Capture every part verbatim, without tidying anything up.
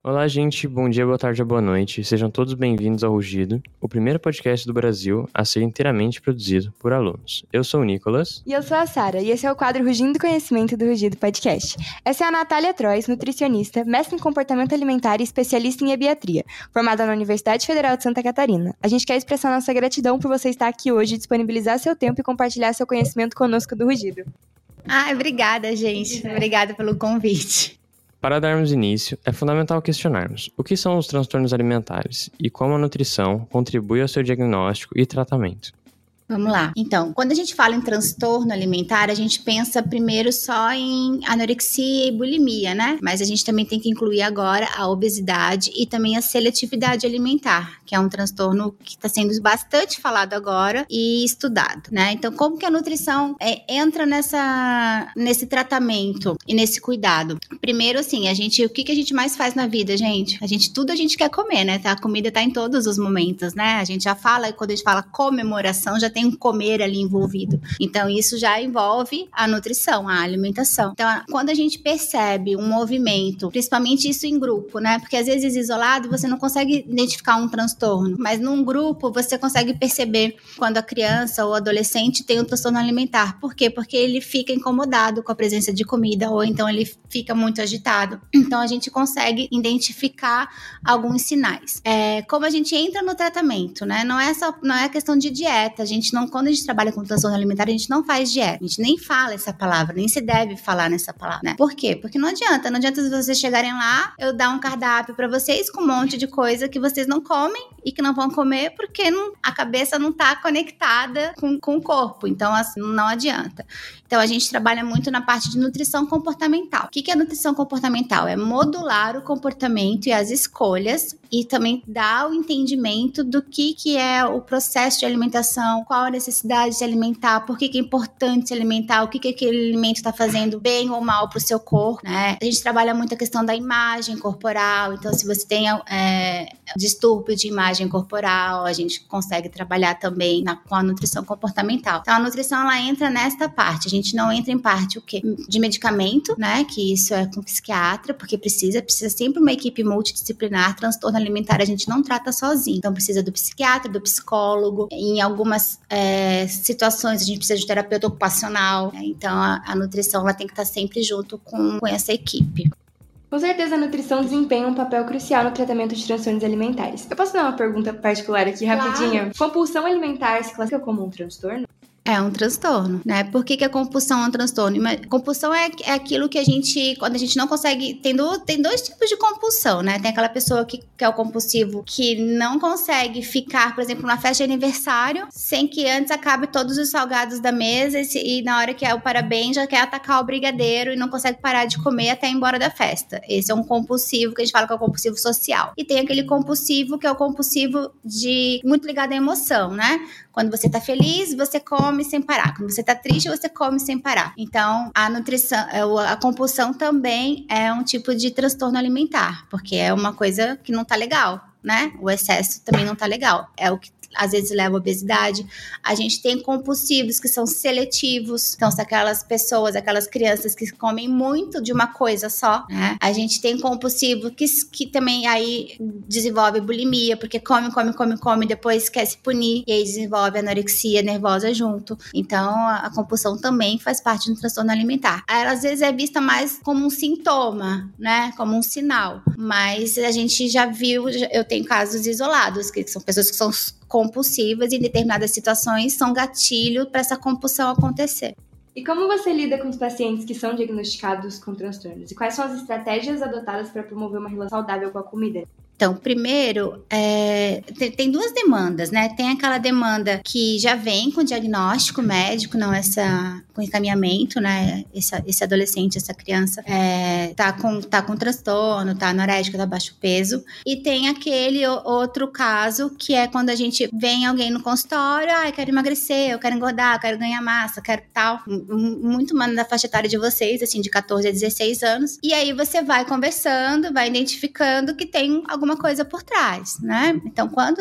Olá, gente. Bom dia, boa tarde ou boa noite. Sejam todos bem-vindos ao Rugido, o primeiro podcast do Brasil a ser inteiramente produzido por alunos. Eu sou o Nicolas. E eu sou a Sara, e esse é o quadro Rugindo do Conhecimento do Rugido Podcast. Essa é a Natália Trois, nutricionista, mestre em comportamento alimentar e especialista em ebiatria, formada na Universidade Federal de Santa Catarina. A gente quer expressar nossa gratidão por você estar aqui hoje, disponibilizar seu tempo e compartilhar seu conhecimento conosco do Rugido. Ah, obrigada, gente. Obrigada pelo convite. Para darmos início, é fundamental questionarmos o que são os transtornos alimentares e como a nutrição contribui ao seu diagnóstico e tratamento. Vamos lá. Então, quando a gente fala em transtorno alimentar, a gente pensa primeiro só em anorexia e bulimia, né? Mas a gente também tem que incluir agora a obesidade e também a seletividade alimentar, que é um transtorno que está sendo bastante falado agora e estudado, né? Então, como que a nutrição é, entra nessa, nesse tratamento e nesse cuidado? Primeiro, assim, a gente, o que, que a gente mais faz na vida, gente? A gente, tudo a gente quer comer, né? A comida tá em todos os momentos, né? A gente já fala, quando a gente fala comemoração, já tem um comer ali envolvido. Então, isso já envolve a nutrição, a alimentação. Então, quando a gente percebe um movimento, principalmente isso em grupo, né? Porque às vezes isolado você não consegue identificar um transtorno, mas num grupo você consegue perceber quando a criança ou adolescente tem um transtorno alimentar. Por quê? Porque ele fica incomodado com a presença de comida ou então ele fica muito agitado. Então, a gente consegue identificar alguns sinais. É, como a gente entra no tratamento, né? Não é só, não é questão de dieta. A gente não, quando a gente trabalha com transtorno alimentar, a gente não faz dieta. A gente nem fala essa palavra, nem se deve falar nessa palavra, né? Por quê? Porque não adianta. Não adianta vocês chegarem lá, eu dar um cardápio pra vocês com um monte de coisa que vocês não comem e que não vão comer porque não, a cabeça não tá conectada com, com o corpo. Então, assim, não adianta. Então, a gente trabalha muito na parte de nutrição comportamental. O que é nutrição comportamental? É modular o comportamento e as escolhas e também dar o entendimento do que, que é o processo de alimentação, qual a necessidade de se alimentar, por que, que é importante se alimentar, o que, que aquele alimento está fazendo bem ou mal para o seu corpo, né? A gente trabalha muito a questão da imagem corporal, então se você tem é, distúrbio de imagem corporal, a gente consegue trabalhar também na, com a nutrição comportamental. Então a nutrição ela entra nesta parte, a gente não entra em parte o quê? De medicamento, né? Que isso é com psiquiatra, porque precisa, precisa sempre uma equipe multidisciplinar, transtorno alimentar a gente não trata sozinho, então precisa do psiquiatra, do psicólogo, em algumas é, situações a gente precisa de terapeuta ocupacional, né? Então a, a nutrição ela tem que estar sempre junto com, com essa equipe. Com certeza a nutrição desempenha um papel crucial no tratamento de transtornos alimentares. Eu posso dar uma pergunta particular aqui, rapidinho? Claro. Compulsão alimentar se classifica como um transtorno? É um transtorno, né? Por que, que a compulsão é um transtorno? Compulsão é, é aquilo que a gente, quando a gente não consegue... Tem, do, tem dois tipos de compulsão, né? Tem aquela pessoa que, que é o compulsivo, que não consegue ficar, por exemplo, numa festa de aniversário, sem que antes acabe todos os salgados da mesa e, e na hora que é o parabéns já quer atacar o brigadeiro e não consegue parar de comer até ir embora da festa. Esse é um compulsivo, que a gente fala que é o compulsivo social. E tem aquele compulsivo, que é o compulsivo de muito ligado à emoção, né? Quando você tá feliz, você come sem parar. Quando você tá triste, você come sem parar. Então, a nutrição, a compulsão também é um tipo de transtorno alimentar, porque é uma coisa que não tá legal, né? O excesso também não tá legal. É o que às vezes leva à obesidade. A gente tem compulsivos que são seletivos, então são aquelas pessoas, aquelas crianças que comem muito de uma coisa só, né? A gente tem compulsivo que, que também aí desenvolve bulimia, porque come, come, come, come, depois quer se punir, e aí desenvolve anorexia nervosa junto. Então a, a compulsão também faz parte do transtorno alimentar. Ela às vezes é vista mais como um sintoma, né? Como um sinal, mas a gente já viu, eu tenho casos isolados, que são pessoas que são compulsivas e em determinadas situações são gatilho para essa compulsão acontecer. E como você lida com os pacientes que são diagnosticados com transtornos? E quais são as estratégias adotadas para promover uma relação saudável com a comida? Então, primeiro, é, tem, tem duas demandas, né? Tem aquela demanda que já vem com diagnóstico médico, não essa com encaminhamento, né? Esse, esse adolescente, essa criança é, tá, com, tá com transtorno, tá anorética, tá baixo peso. E tem aquele outro caso que é quando a gente vem alguém no consultório, ah, eu quero emagrecer, eu quero engordar, eu quero ganhar massa, eu quero tal. Muito mais na faixa etária de vocês, assim, de catorze a dezesseis anos. E aí você vai conversando, vai identificando que tem alguma coisa por trás, né? Então, quando tem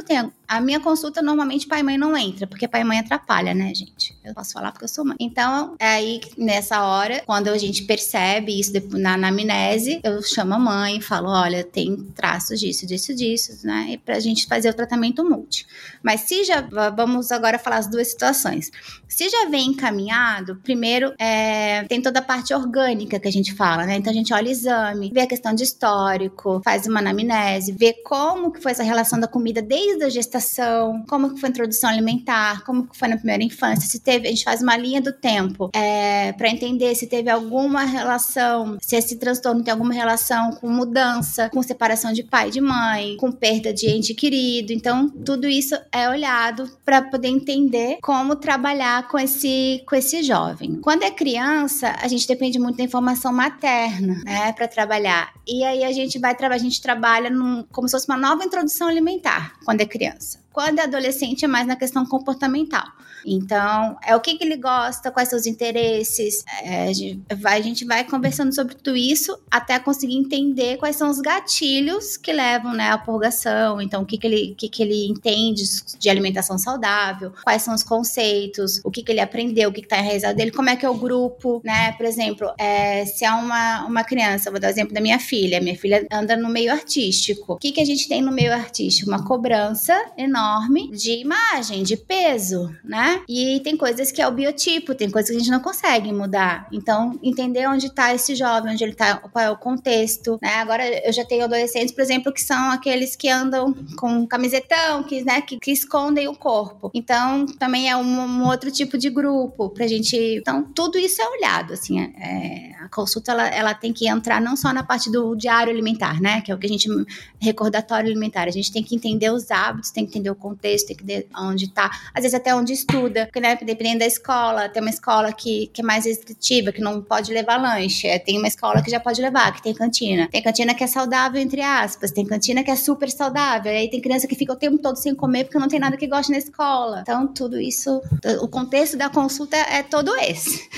A minha consulta, normalmente, pai e mãe não entra, porque pai e mãe atrapalha, né, gente? Eu posso falar porque eu sou mãe. Então, é aí, nessa hora, quando a gente percebe isso na anamnese, eu chamo a mãe e falo, olha, tem traços disso, disso, disso, né? E pra gente fazer o tratamento multi. Mas se já, vamos agora falar as duas situações. Se já vem encaminhado, primeiro, é, tem toda a parte orgânica que a gente fala, né? Então, a gente olha o exame, vê a questão de histórico, faz uma anamnese, vê como que foi essa relação da comida desde a gestação, como que foi a introdução alimentar, como que foi na primeira infância, se teve, a gente faz uma linha do tempo, é, para entender se teve alguma relação, se esse transtorno tem alguma relação com mudança, com separação de pai e de mãe, com perda de ente querido. Então, tudo isso é olhado para poder entender como trabalhar com esse, com esse jovem. Quando é criança, a gente depende muito da informação materna, né, para trabalhar. E aí a gente vai trabalhar, a gente trabalha num, como se fosse uma nova introdução alimentar quando é criança. Quando é adolescente, é mais na questão comportamental. Então, é o que, que ele gosta, quais são os interesses. É, a, gente vai, a gente vai conversando sobre tudo isso até conseguir entender quais são os gatilhos que levam, né, à purgação. Então, o que, que, ele, que, que ele entende de alimentação saudável, quais são os conceitos, o que, que ele aprendeu, o que está enraizado dele, como é que é o grupo, né? Por exemplo, é, se há uma, uma criança, vou dar o exemplo da minha filha. Minha filha anda no meio artístico. O que, que a gente tem no meio artístico? Uma cobrança enorme de imagem, de peso, né? E tem coisas que é o biotipo, tem coisas que a gente não consegue mudar. Então, entender onde está esse jovem, onde ele está, qual é o contexto, né? Agora, eu já tenho adolescentes, por exemplo, que são aqueles que andam com camisetão, que, né, que, que escondem o corpo. Então, também é um, um outro tipo de grupo pra gente... Então, tudo isso é olhado, assim. É, a consulta, ela, ela tem que entrar não só na parte do diário alimentar, né? Que é o que a gente... recordatório alimentar. A gente tem que entender os hábitos, tem que entender o contexto, tem que entender onde está, às vezes até onde estuda, porque, né, dependendo da escola, tem uma escola que, que é mais restritiva, que não pode levar lanche, tem uma escola que já pode levar, que tem cantina. Tem cantina que é saudável, entre aspas, tem cantina que é super saudável, e aí tem criança que fica o tempo todo sem comer porque não tem nada que goste na escola. Então, tudo isso, o contexto da consulta é todo esse.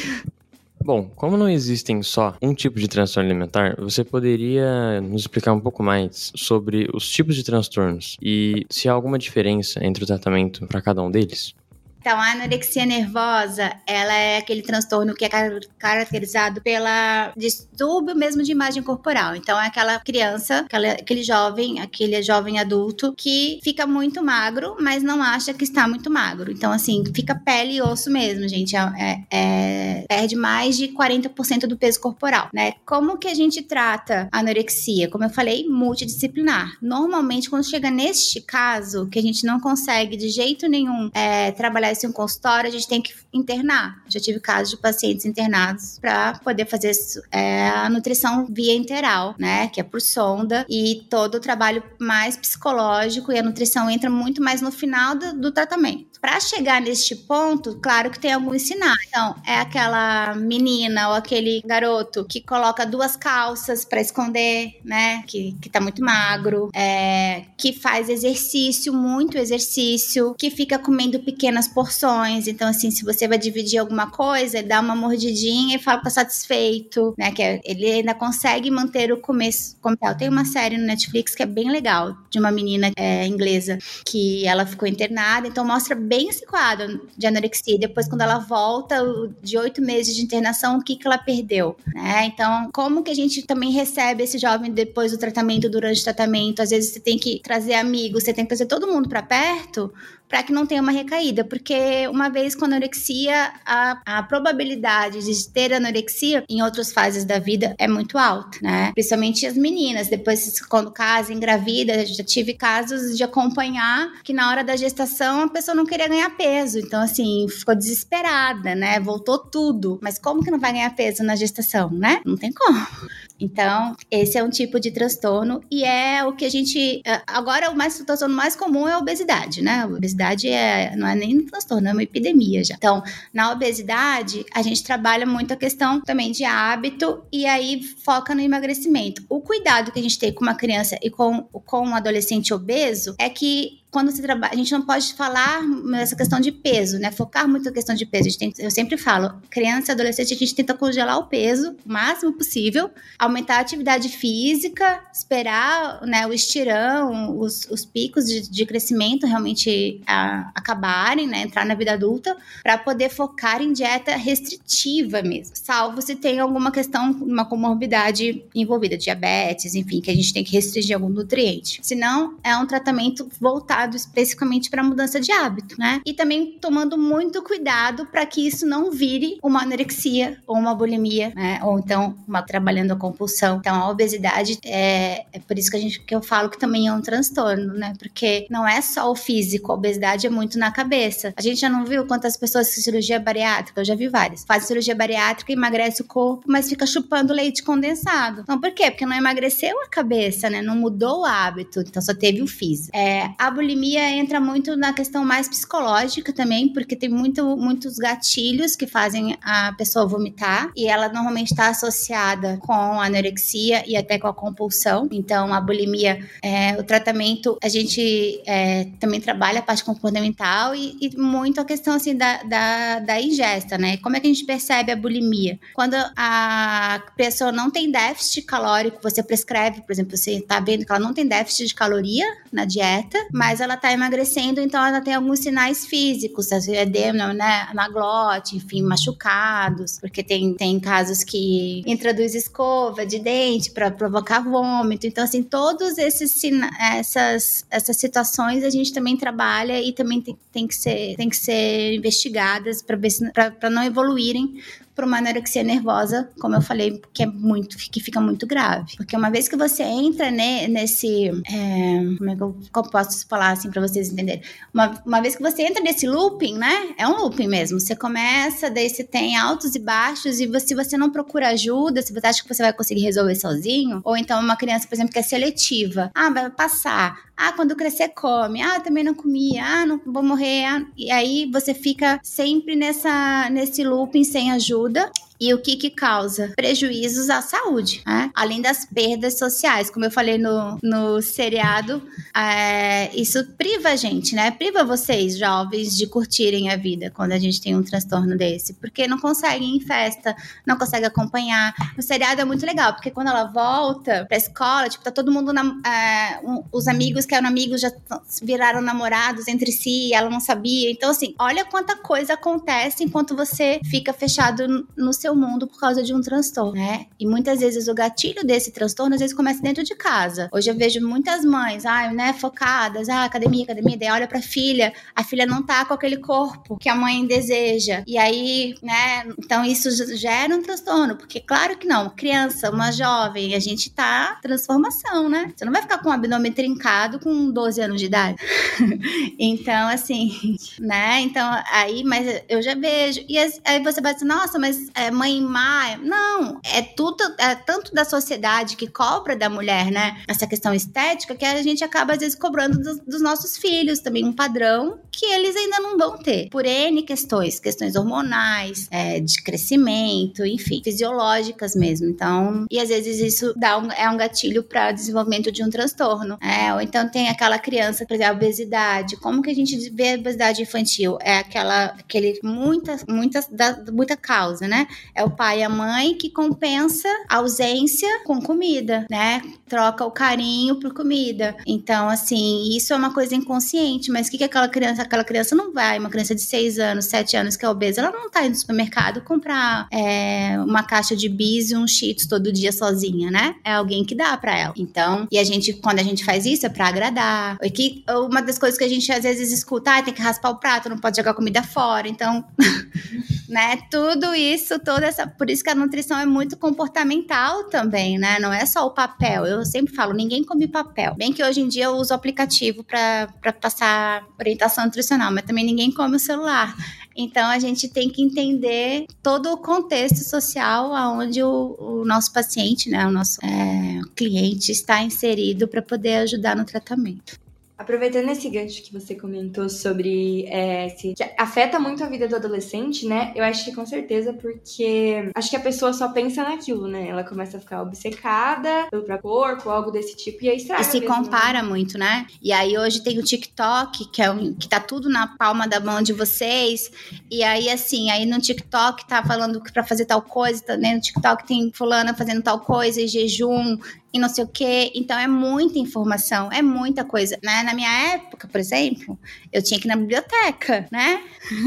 Bom, como não existem só um tipo de transtorno alimentar, você poderia nos explicar um pouco mais sobre os tipos de transtornos e se há alguma diferença entre o tratamento para cada um deles? Então, a anorexia nervosa, ela é aquele transtorno que é caracterizado pela distúrbio mesmo de imagem corporal. Então, é aquela criança, aquela, aquele jovem, aquele jovem adulto que fica muito magro, mas não acha que está muito magro. Então, assim, fica pele e osso mesmo, gente. É, é, perde mais de quarenta por cento do peso corporal, né? Como que a gente trata a anorexia? Como eu falei, multidisciplinar. Normalmente, quando chega neste caso, que a gente não consegue de jeito nenhum é, trabalhar esse um consultório, a gente tem que internar. Já tive casos de pacientes internados para poder fazer é, a nutrição via enteral, né? Que é por sonda, e todo o trabalho mais psicológico, e a nutrição entra muito mais no final do, do tratamento. Para chegar neste ponto, claro que tem alguns sinais. Então, é aquela menina ou aquele garoto que coloca duas calças para esconder, né? Que, que tá muito magro, é, que faz exercício, muito exercício, que fica comendo pequenas porções. Então, assim, se você vai dividir alguma coisa, ele dá uma mordidinha e fala que tá satisfeito, né? Que é, ele ainda consegue manter o começo. Como tal. Tem uma série no Netflix que é bem legal, de uma menina é, inglesa, que ela ficou internada, então mostra bem esse quadro de anorexia. E depois, quando ela volta de oito meses de internação, o que que ela perdeu, né? Então, como que a gente também recebe esse jovem depois do tratamento, durante o tratamento? Às vezes você tem que trazer amigos, você tem que trazer todo mundo pra perto, para que não tenha uma recaída, porque uma vez com anorexia, a, a probabilidade de ter anorexia em outras fases da vida é muito alta, né? Principalmente as meninas, depois quando casa, engravida, já tive casos de acompanhar que na hora da gestação a pessoa não queria ganhar peso, então assim, ficou desesperada, né? Voltou tudo, mas como que não vai ganhar peso na gestação, né? Não tem como. Então, esse é um tipo de transtorno e é o que a gente... Agora, o, mais, o transtorno mais comum é a obesidade, né? A obesidade é, não é nem um transtorno, é uma epidemia já. Então, na obesidade, a gente trabalha muito a questão também de hábito e aí foca no emagrecimento. O cuidado que a gente tem com uma criança e com, com um adolescente obeso é que quando se trabalha, a gente não pode falar nessa questão de peso, né? Focar muito na questão de peso. A gente tem, eu sempre falo, criança e adolescente, a gente tenta congelar o peso o máximo possível, aumentar a atividade física, esperar, né, o estirão, os, os picos de, de crescimento realmente a, acabarem, né? Entrar na vida adulta, para poder focar em dieta restritiva mesmo. Salvo se tem alguma questão, uma comorbidade envolvida, diabetes, enfim, que a gente tem que restringir algum nutriente. Senão, é um tratamento voltado especificamente para mudança de hábito, né? E também tomando muito cuidado para que isso não vire uma anorexia ou uma bulimia, né? Ou então, uma, trabalhando a compulsão. Então, a obesidade é, é por isso que, a gente, que eu falo que também é um transtorno, né? Porque não é só o físico, a obesidade é muito na cabeça. A gente já não viu quantas pessoas que cirurgia bariátrica, eu já vi várias, fazem cirurgia bariátrica, emagrece o corpo, mas fica chupando leite condensado. Então, por quê? Porque não emagreceu a cabeça, né? Não mudou o hábito, então só teve o físico. É, a bulimia entra muito na questão mais psicológica também, porque tem muito, muitos gatilhos que fazem a pessoa vomitar, e ela normalmente está associada com a anorexia e até com a compulsão. Então, a bulimia, é, o tratamento, a gente é, também trabalha a parte comportamental e, e muito a questão assim da, da, da ingesta, né? Como é que a gente percebe a bulimia? Quando a pessoa não tem déficit calórico, você prescreve, por exemplo, você tá vendo que ela não tem déficit de caloria na dieta, mas ela tá emagrecendo, então ela tem alguns sinais físicos, edema, né, na glote, enfim, machucados, porque tem, tem casos que introduz escova de dente para provocar vômito. Então, assim, todos esses sina- essas, essas situações a gente também trabalha e também tem, tem que ser, tem que ser investigadas para não evoluírem para uma anorexia nervosa, como eu falei, que é muito, que fica muito grave. Porque uma vez que você entra né, nesse... É, como é que eu como posso falar assim para vocês entenderem? Uma, uma vez que você entra nesse looping, né? É um looping mesmo. Você começa, daí você tem altos e baixos, e você, se você não procura ajuda, se você acha que você vai conseguir resolver sozinho, ou então uma criança, por exemplo, que é seletiva. Ah, vai passar. Ah, quando crescer, come. Ah, também não comia. Ah, não vou morrer. Ah, e aí você fica sempre nessa, nesse looping sem ajuda. E o que que causa? Prejuízos à saúde, né? Além das perdas sociais, como eu falei no, no seriado, é, isso priva a gente, né? Priva vocês, jovens, de curtirem a vida quando a gente tem um transtorno desse, porque não conseguem ir em festa, não conseguem acompanhar. O seriado é muito legal, porque quando ela volta pra escola, tipo, tá todo mundo, na, é, um, os amigos que eram amigos já viraram namorados entre si, ela não sabia. Então, assim, olha quanta coisa acontece enquanto você fica fechado no seu mundo por causa de um transtorno, né? E muitas vezes o gatilho desse transtorno às vezes começa dentro de casa. Hoje eu vejo muitas mães, ah, né, focadas, ah, academia, academia, daí olha pra filha, a filha não tá com aquele corpo que a mãe deseja. E aí, né, então isso gera um transtorno, porque claro que não, criança, uma jovem, a gente tá em transformação, né? Você não vai ficar com o abdômen trincado com doze anos de idade. Então, assim, né? Então, aí, mas eu já vejo. E aí você vai dizer, nossa, mas é, mãe má. Não, é tudo, é tanto da sociedade que cobra da mulher, né? Essa questão estética, que a gente acaba, às vezes, cobrando dos, dos nossos filhos também um padrão que eles ainda não vão ter. Por N questões, questões hormonais, é, de crescimento, enfim, fisiológicas mesmo. Então, e às vezes isso dá um, é um gatilho para o desenvolvimento de um transtorno. É, ou então tem aquela criança, por exemplo, a obesidade. Como que a gente vê a obesidade infantil? É aquela, aquele, muita, muita, da, muita causa, né? É o pai e a mãe que compensa a ausência com comida, né? Troca o carinho por comida. Então, assim, isso é uma coisa inconsciente, mas o que, que aquela criança, aquela criança não vai, uma criança de seis anos, sete anos que é obesa, ela não tá indo no supermercado comprar é, uma caixa de bis e um cheetos todo dia sozinha, né? É alguém que dá pra ela. Então, e a gente, quando a gente faz isso, é pra agradar. E que, uma das coisas que a gente às vezes escuta, ah, tem que raspar o prato, não pode jogar comida fora, então, né? Tudo isso, toda essa, por isso que a nutrição é muito comportamental também, né? Não é só o papel. Eu sempre falo, ninguém come papel. Bem que hoje em dia eu uso o aplicativo para passar orientação nutricional, mas também ninguém come o celular. Então a gente tem que entender todo o contexto social onde o, o nosso paciente, né, o nosso é, cliente está inserido para poder ajudar no tratamento. Aproveitando esse gancho que você comentou sobre é, se, que afeta muito a vida do adolescente, né? Eu acho que com certeza, porque acho que a pessoa só pensa naquilo, né? Ela começa a ficar obcecada pelo próprio corpo, algo desse tipo, e aí estraga. E se mesmo, compara né? muito, né? E aí hoje tem o TikTok, que, é um, que tá tudo na palma da mão de vocês. E aí, assim, aí no TikTok tá falando que pra fazer tal coisa, tá, né? No TikTok tem fulana fazendo tal coisa, em jejum, e não sei o quê. Então, é muita informação, é muita coisa, né? Na minha época, por exemplo, eu tinha que ir na biblioteca, né?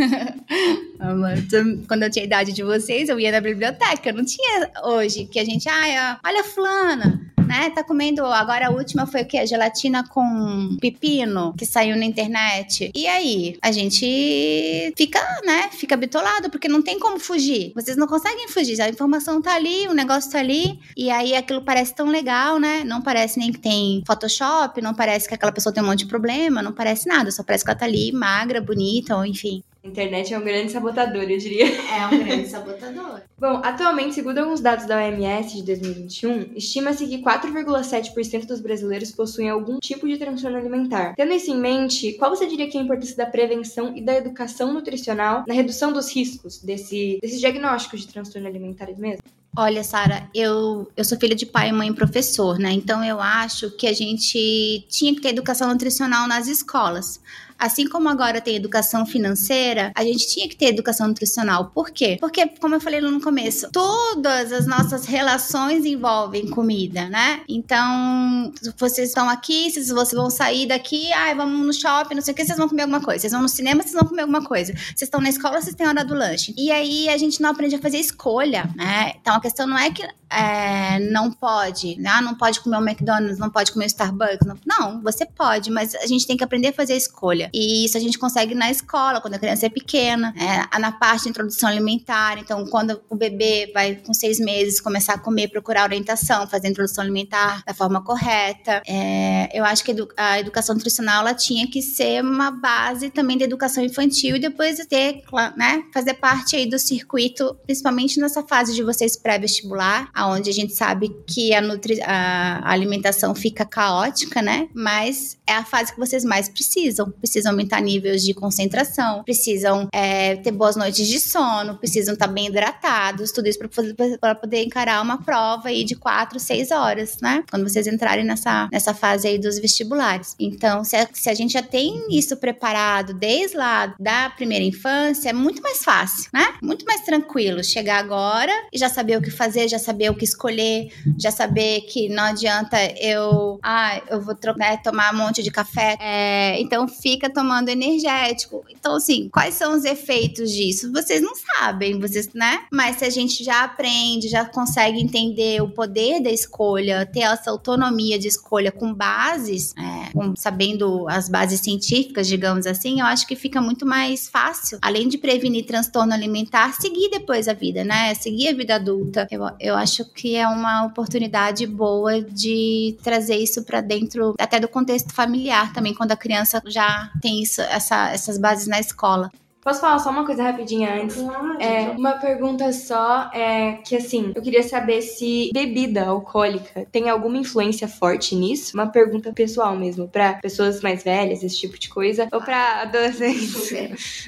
Quando eu tinha a idade de vocês, eu ia na biblioteca. Não tinha hoje, que a gente, ah, olha fulana, né? Tá comendo, agora a última foi o quê? A gelatina com pepino, que saiu na internet. E aí? A gente fica, né? Fica bitolado, porque não tem como fugir. Vocês não conseguem fugir. A informação tá ali, o negócio tá ali. E aí aquilo parece tão legal, né? Não parece nem que tem Photoshop, não parece que aquela pessoa tem um monte de problema, não parece nada. Só parece que ela tá ali, magra, bonita, ou enfim. A internet é um grande sabotador, eu diria. É um grande sabotador. Bom, atualmente, segundo alguns dados da O M S de dois mil e vinte e um, estima-se que quatro vírgula sete por cento dos brasileiros possuem algum tipo de transtorno alimentar. Tendo isso em mente, qual você diria que é a importância da prevenção e da educação nutricional na redução dos riscos desse, desses diagnósticos de transtorno alimentar mesmo? Olha, Sara, eu, eu sou filha de pai e mãe professor, né? Então eu acho que a gente tinha que ter educação nutricional nas escolas. Assim como agora tem educação financeira, a gente tinha que ter educação nutricional. Por quê? Porque, como eu falei no começo, todas as nossas relações envolvem comida, né? Então, vocês estão aqui, vocês vão sair daqui, ah, vamos no shopping, não sei o que, vocês vão comer alguma coisa. Vocês vão no cinema, vocês vão comer alguma coisa. Vocês estão na escola, vocês têm hora do lanche. E aí, a gente não aprende a fazer escolha, né? Então, a questão não é que é, não pode, né? Ah, não pode comer o McDonald's, não pode comer o Starbucks. Não, não, você pode, mas a gente tem que aprender a fazer escolha. E isso a gente consegue na escola, quando a criança é pequena, é, na parte de introdução alimentar. Então, quando o bebê vai com seis meses começar a comer, procurar orientação, fazer a introdução alimentar da forma correta. É, eu acho que a, edu- a educação nutricional ela tinha que ser uma base também da educação infantil e depois ter, né, fazer parte aí do circuito, principalmente nessa fase de vocês pré-vestibular, onde a gente sabe que a, nutri- a alimentação fica caótica, né? Mas é a fase que vocês mais precisam. Precisam aumentar níveis de concentração, precisam é, ter boas noites de sono, precisam estar bem hidratados, tudo isso para poder encarar uma prova aí de quatro, seis horas, né? Quando vocês entrarem nessa, nessa fase aí dos vestibulares. Então, se a, se a gente já tem isso preparado desde lá da primeira infância, é muito mais fácil, né? Muito mais tranquilo chegar agora e já saber o que fazer, já saber o que escolher, já saber que não adianta eu, ah, eu vou né, tomar um monte de café. É, então, fica tomando energético. Então, assim, quais são os efeitos disso? Vocês não sabem, vocês, né? Mas se a gente já aprende, já consegue entender o poder da escolha, ter essa autonomia de escolha com bases, é, com, sabendo as bases científicas, digamos assim, eu acho que fica muito mais fácil, além de prevenir transtorno alimentar, seguir depois a vida, né? Seguir a vida adulta. Eu, eu acho que é uma oportunidade boa de trazer isso para dentro, até do contexto familiar também, quando a criança já tem isso, essa, essas bases na escola. Posso falar só uma coisa rapidinha antes? Claro. É, uma pergunta só, é que assim, eu queria saber se bebida alcoólica tem alguma influência forte nisso? Uma pergunta pessoal mesmo, pra pessoas mais velhas, esse tipo de coisa, ou pra adolescentes.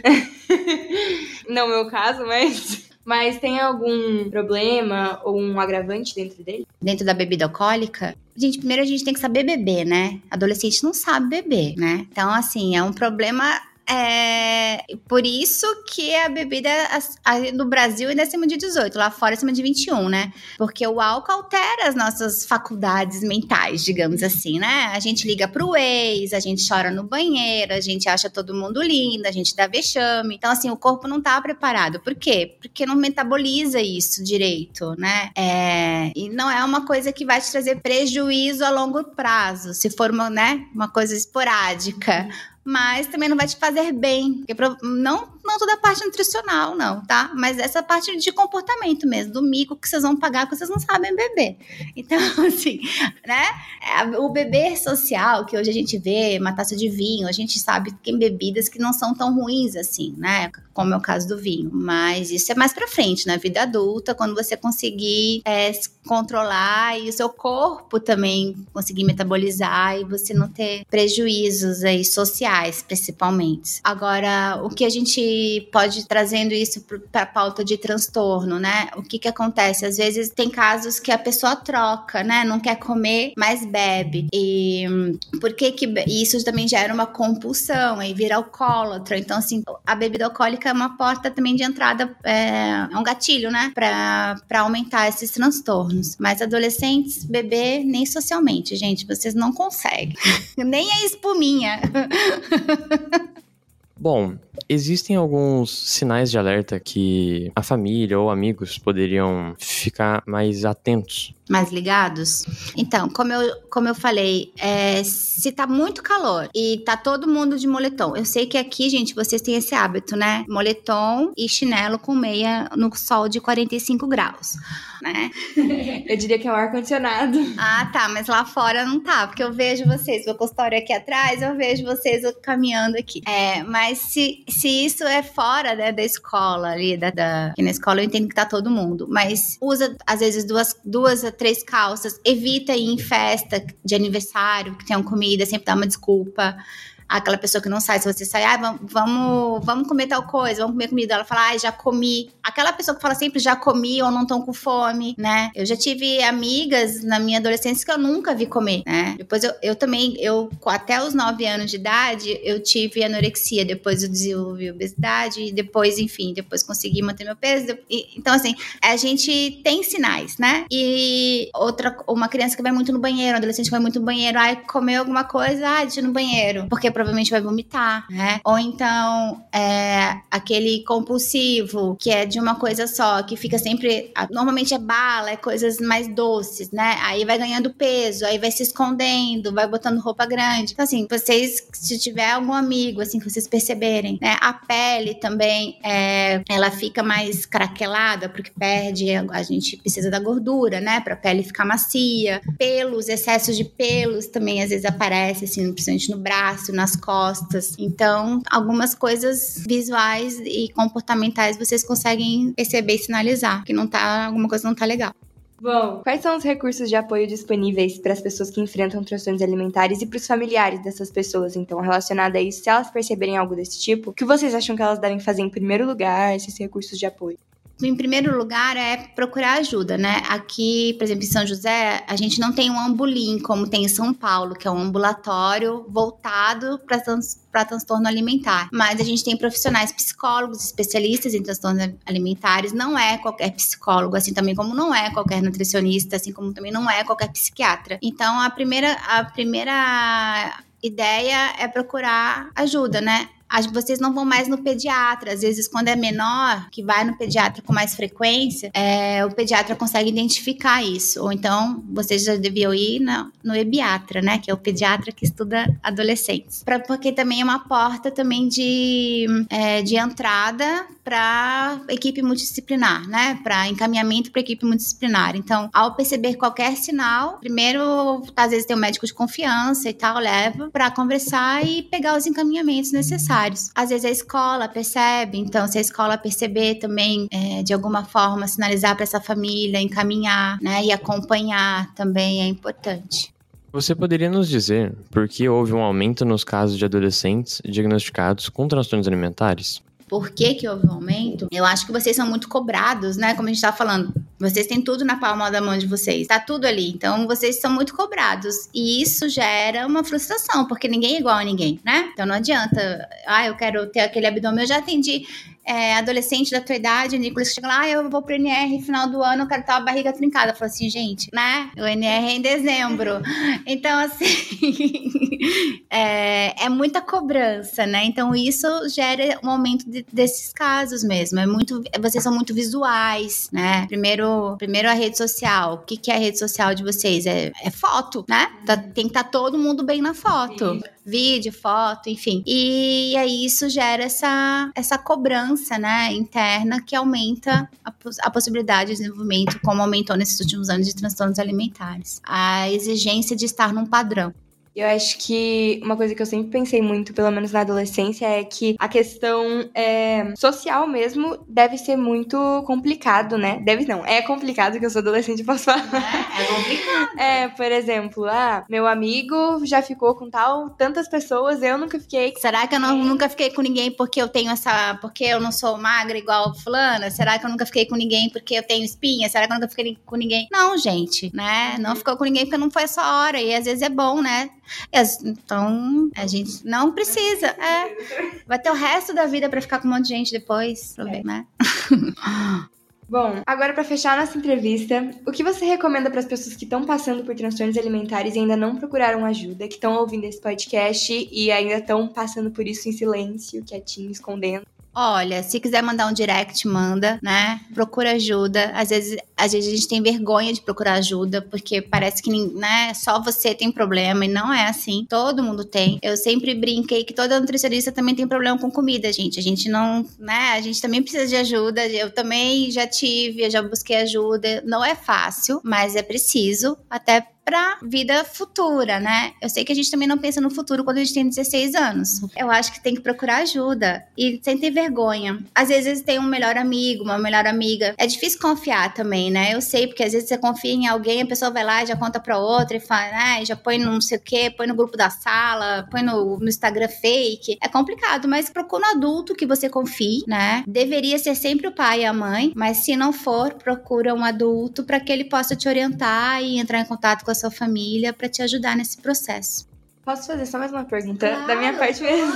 Não é o meu caso, mas... Mas tem algum problema ou um agravante dentro dele? Dentro da bebida alcoólica? Gente, primeiro a gente tem que saber beber, né? Adolescente não sabe beber, né? Então, assim, é um problema... É por isso que a bebida a, a, no Brasil ainda é acima de dezoito, lá fora é acima de vinte e um, né? Porque o álcool altera as nossas faculdades mentais, digamos assim, né? A gente liga pro ex, a gente chora no banheiro, a gente acha todo mundo lindo, a gente dá vexame. Então, assim, o corpo não tá preparado. Por quê? Porque não metaboliza isso direito, né? É, e não é uma coisa que vai te trazer prejuízo a longo prazo, se for uma, né, uma coisa esporádica. Mas também não vai te fazer bem, porque não não toda a parte nutricional, não, tá? Mas essa parte de comportamento mesmo, do mico que vocês vão pagar porque vocês não sabem beber. Então, assim, né? O beber social, que hoje a gente vê, uma taça de vinho, a gente sabe que tem bebidas que não são tão ruins assim, né? Como é o caso do vinho. Mas isso é mais pra frente, na vida adulta, quando você conseguir é, se controlar e o seu corpo também conseguir metabolizar e você não ter prejuízos aí sociais, principalmente. Agora, o que a gente pode ir trazendo isso para a pauta de transtorno, né? O que que acontece? Às vezes tem casos que a pessoa troca, né? Não quer comer, mas bebe. E por que que isso também gera uma compulsão e vira alcoólatra? Então, assim, a bebida alcoólica é uma porta também de entrada, é, é um gatilho, né? Para para aumentar esses transtornos. Mas adolescentes, beber nem socialmente, gente, vocês não conseguem. Nem a espuminha. Bom, existem alguns sinais de alerta que a família ou amigos poderiam ficar mais atentos. Mais ligados? Então, como eu, como eu falei, é, se tá muito calor e tá todo mundo de moletom, eu sei que aqui, gente, vocês têm esse hábito, né? Moletom e chinelo com meia no sol de quarenta e cinco graus, né? Eu diria que é o ar-condicionado. Ah, tá, mas lá fora não tá, porque eu vejo vocês, meu consultório aqui atrás, eu vejo vocês caminhando aqui. É, mas se, se isso é fora, né, da escola ali, da, da, aqui na escola eu entendo que tá todo mundo, mas usa, às vezes, duas, duas três calças, evita ir em festa de aniversário, que tenham comida, sempre dá uma desculpa. Aquela pessoa que não sai, se você sai, ah, vamos, vamos, vamos comer tal coisa, vamos comer comida. Ela fala, ah, já comi. Aquela pessoa que fala sempre já comi ou não estão com fome, né? Eu já tive amigas na minha adolescência que eu nunca vi comer, né? Depois eu, eu também, eu até os nove anos de idade, eu tive anorexia, depois eu desenvolvi obesidade e depois, enfim, depois consegui manter meu peso. E, então, assim, a gente tem sinais, né? E outra, uma criança que vai muito no banheiro, um adolescente que vai muito no banheiro, ai, comeu alguma coisa, ah, deixa eu ir no banheiro. Porque provavelmente vai vomitar, né? Ou então, é, aquele compulsivo, que é de uma coisa só, que fica sempre... Normalmente é bala, é coisas mais doces, né? Aí vai ganhando peso, aí vai se escondendo, vai botando roupa grande. Então, assim, vocês, se tiver algum amigo, assim, que vocês perceberem, né? A pele também, é, ela fica mais craquelada, porque perde, a gente precisa da gordura, né? Pra pele ficar macia. Pelos, excessos de pelos também, às vezes, aparece, assim, principalmente no braço, na nas costas. Então, algumas coisas visuais e comportamentais vocês conseguem perceber e sinalizar que não tá, alguma coisa não tá legal. Bom, quais são os recursos de apoio disponíveis para as pessoas que enfrentam transtornos alimentares e para os familiares dessas pessoas? Então, relacionado a isso, se elas perceberem algo desse tipo, o que vocês acham que elas devem fazer em primeiro lugar, esses recursos de apoio? Em primeiro lugar, é procurar ajuda, né? Aqui, por exemplo, em São José, a gente não tem um ambulim, como tem em São Paulo, que é um ambulatório voltado para trans, para transtorno alimentar. Mas a gente tem profissionais psicólogos, especialistas em transtornos alimentares. Não é qualquer psicólogo, assim também como não é qualquer nutricionista, assim como também não é qualquer psiquiatra. Então, a primeira, a primeira ideia é procurar ajuda, né? Vocês não vão mais no pediatra. Às vezes, quando é menor, que vai no pediatra com mais frequência, é, o pediatra consegue identificar isso. Ou então, vocês já deviam ir no, no ebiatra, né? Que é o pediatra que estuda adolescentes. Pra, porque também é uma porta também de, é, de entrada para equipe multidisciplinar, né? Para encaminhamento para equipe multidisciplinar. Então, ao perceber qualquer sinal, primeiro, às vezes tem um médico de confiança e tal, leva para conversar e pegar os encaminhamentos necessários. Às vezes a escola percebe, então se a escola perceber também, é, de alguma forma, sinalizar para essa família, encaminhar, né, e acompanhar também é importante. Você poderia nos dizer por que houve um aumento nos casos de adolescentes diagnosticados com transtornos alimentares? Por que que houve um aumento? Eu acho que vocês são muito cobrados, né? Como a gente estava falando, vocês têm tudo na palma da mão de vocês, tá tudo ali. Então, vocês são muito cobrados. E isso gera uma frustração, porque ninguém é igual a ninguém, né? Então, não adianta, ah, eu quero ter aquele abdômen. Eu já atendi é, adolescente da tua idade, o Nicolas, chega lá, ah, eu vou pro N R final do ano, eu quero ter uma barriga trincada. Eu falo assim, gente, né? O N R é em dezembro. Então, assim, é, é muita cobrança, né? Então, isso gera um aumento de, desses casos mesmo. É muito, vocês são muito visuais, né? Primeiro, primeiro a rede social. O que, que é a rede social de vocês? É, é foto, né? Tá, tem que estar tá todo mundo bem na foto. Vídeo, Vídeo foto, enfim. E, e aí isso gera essa, essa cobrança, né, interna que aumenta a, a possibilidade de desenvolvimento, como aumentou nesses últimos anos, de transtornos alimentares. A exigência de estar num padrão. Eu acho que uma coisa que eu sempre pensei muito, pelo menos na adolescência, é que a questão é, social mesmo deve ser muito complicado, né? Deve não, é complicado, que eu sou adolescente e posso falar. É, é complicado. É, por exemplo, ah, meu amigo já ficou com tal, tantas pessoas, eu nunca fiquei. Será que eu não, nunca fiquei com ninguém porque eu tenho essa... Porque eu não sou magra igual fulana? Será que eu nunca fiquei com ninguém porque eu tenho espinha? Será que eu nunca fiquei com ninguém? Não, gente, né? Não ficou com ninguém porque não foi a sua hora. E às vezes é bom, né? Então, a gente não precisa. É. Vai ter o resto da vida pra ficar com um monte de gente depois, é. né? Bom, agora pra fechar nossa entrevista, o que você recomenda para as pessoas que estão passando por transtornos alimentares e ainda não procuraram ajuda, que estão ouvindo esse podcast e ainda estão passando por isso em silêncio, quietinho, escondendo? Olha, se quiser mandar um direct, manda, né? Procura ajuda. Às vezes, às vezes a gente tem vergonha de procurar ajuda, porque parece que, né, só você tem problema, e não é assim. Todo mundo tem. Eu sempre brinquei que toda nutricionista também tem problema com comida, gente. A gente não, né, a gente também precisa de ajuda. Eu também já tive, eu já busquei ajuda. Não é fácil, mas é preciso, até pra vida futura, né? Eu sei que a gente também não pensa no futuro quando a gente tem dezesseis anos. Eu acho que tem que procurar ajuda e sem ter vergonha. Às vezes tem um melhor amigo, uma melhor amiga. É difícil confiar também, né? Eu sei, porque às vezes você confia em alguém, a pessoa vai lá e já conta pra outra e fala, ah, já põe no não sei o quê, põe no grupo da sala, põe no, no Instagram fake. É complicado, mas procura um adulto que você confie, né? Deveria ser sempre o pai e a mãe, mas se não for, procura um adulto para que ele possa te orientar e entrar em contato com a sua família para te ajudar nesse processo. Posso fazer só mais uma pergunta? Claro, da minha parte mesmo?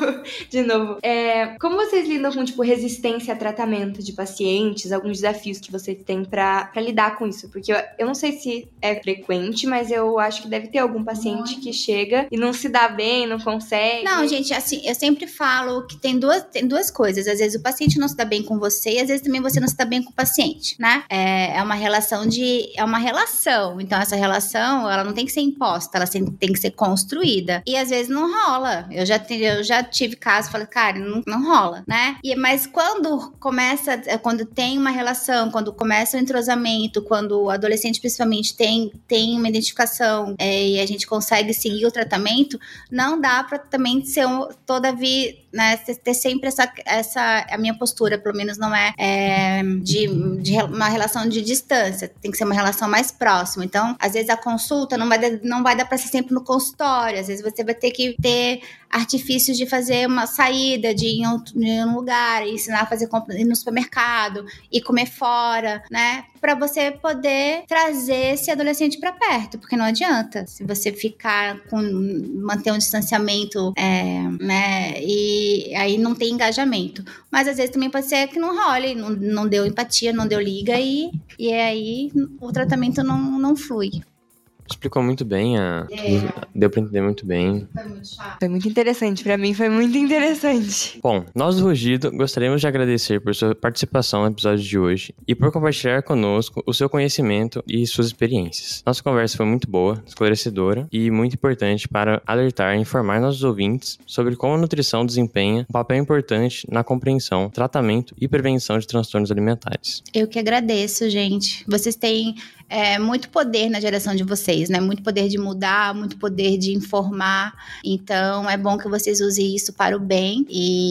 De novo. É, como vocês lidam com, tipo, resistência a tratamento de pacientes? Alguns desafios que vocês têm pra, pra lidar com isso? Porque eu, eu não sei se é frequente, mas eu acho que deve ter algum paciente que chega e não se dá bem, não consegue. Não, gente, assim, eu sempre falo que tem duas, tem duas coisas. Às vezes o paciente não se dá bem com você e às vezes também você não se dá bem com o paciente, né? É, é uma relação de... É uma relação. Então, essa relação, ela não tem que ser imposta, ela tem que ser construída. E às vezes não rola. Eu já, eu já tive casos, falei, cara, não, não rola, né? E, mas quando começa, quando tem uma relação, quando começa o entrosamento, quando o adolescente principalmente tem, tem uma identificação é, e a gente consegue seguir o tratamento, não dá pra também ser um, toda vida, né? Ter sempre essa, essa, a minha postura, pelo menos não é, é de, de uma relação de distância, tem que ser uma relação mais próxima. Então, às vezes a consulta não vai, não vai dar pra ser sempre no consultório. Às vezes você vai ter que ter artifícios de fazer uma saída, de ir em, outro, em um lugar, ensinar a fazer compra, ir no supermercado, e comer fora, né? Pra você poder trazer esse adolescente pra perto, porque não adianta se você ficar com, manter um distanciamento, é, né? E aí não tem engajamento. Mas às vezes também pode ser que não role, não, não deu empatia, não deu liga, e, e aí o tratamento não, não flui. Explicou muito bem, a... é. Deu pra entender muito bem. Foi muito chato. Foi muito interessante, pra mim foi muito interessante. Bom, nós do Rugido gostaríamos de agradecer por sua participação no episódio de hoje e por compartilhar conosco o seu conhecimento e suas experiências. Nossa conversa foi muito boa, esclarecedora e muito importante para alertar e informar nossos ouvintes sobre como a nutrição desempenha um papel importante na compreensão, tratamento e prevenção de transtornos alimentares. Eu que agradeço, gente. Vocês têm é, muito poder na geração de vocês, né? Muito poder de mudar, muito poder de informar. Então, é bom que vocês usem isso para o bem.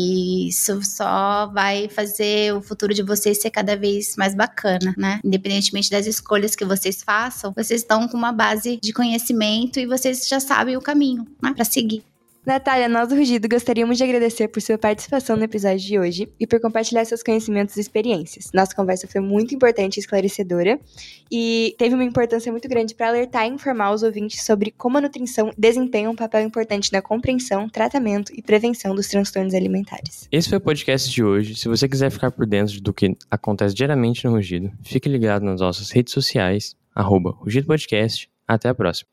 E isso só vai fazer o futuro de vocês ser cada vez mais bacana, né? Independentemente das escolhas que vocês façam, vocês estão com uma base de conhecimento e vocês já sabem o caminho, né? Para seguir. Natália, nós do Rugido gostaríamos de agradecer por sua participação no episódio de hoje e por compartilhar seus conhecimentos e experiências. Nossa conversa foi muito importante e esclarecedora e teve uma importância muito grande para alertar e informar os ouvintes sobre como a nutrição desempenha um papel importante na compreensão, tratamento e prevenção dos transtornos alimentares. Esse foi o podcast de hoje. Se você quiser ficar por dentro do que acontece diariamente no Rugido, fique ligado nas nossas redes sociais, arroba Rugido Podcast. Até a próxima.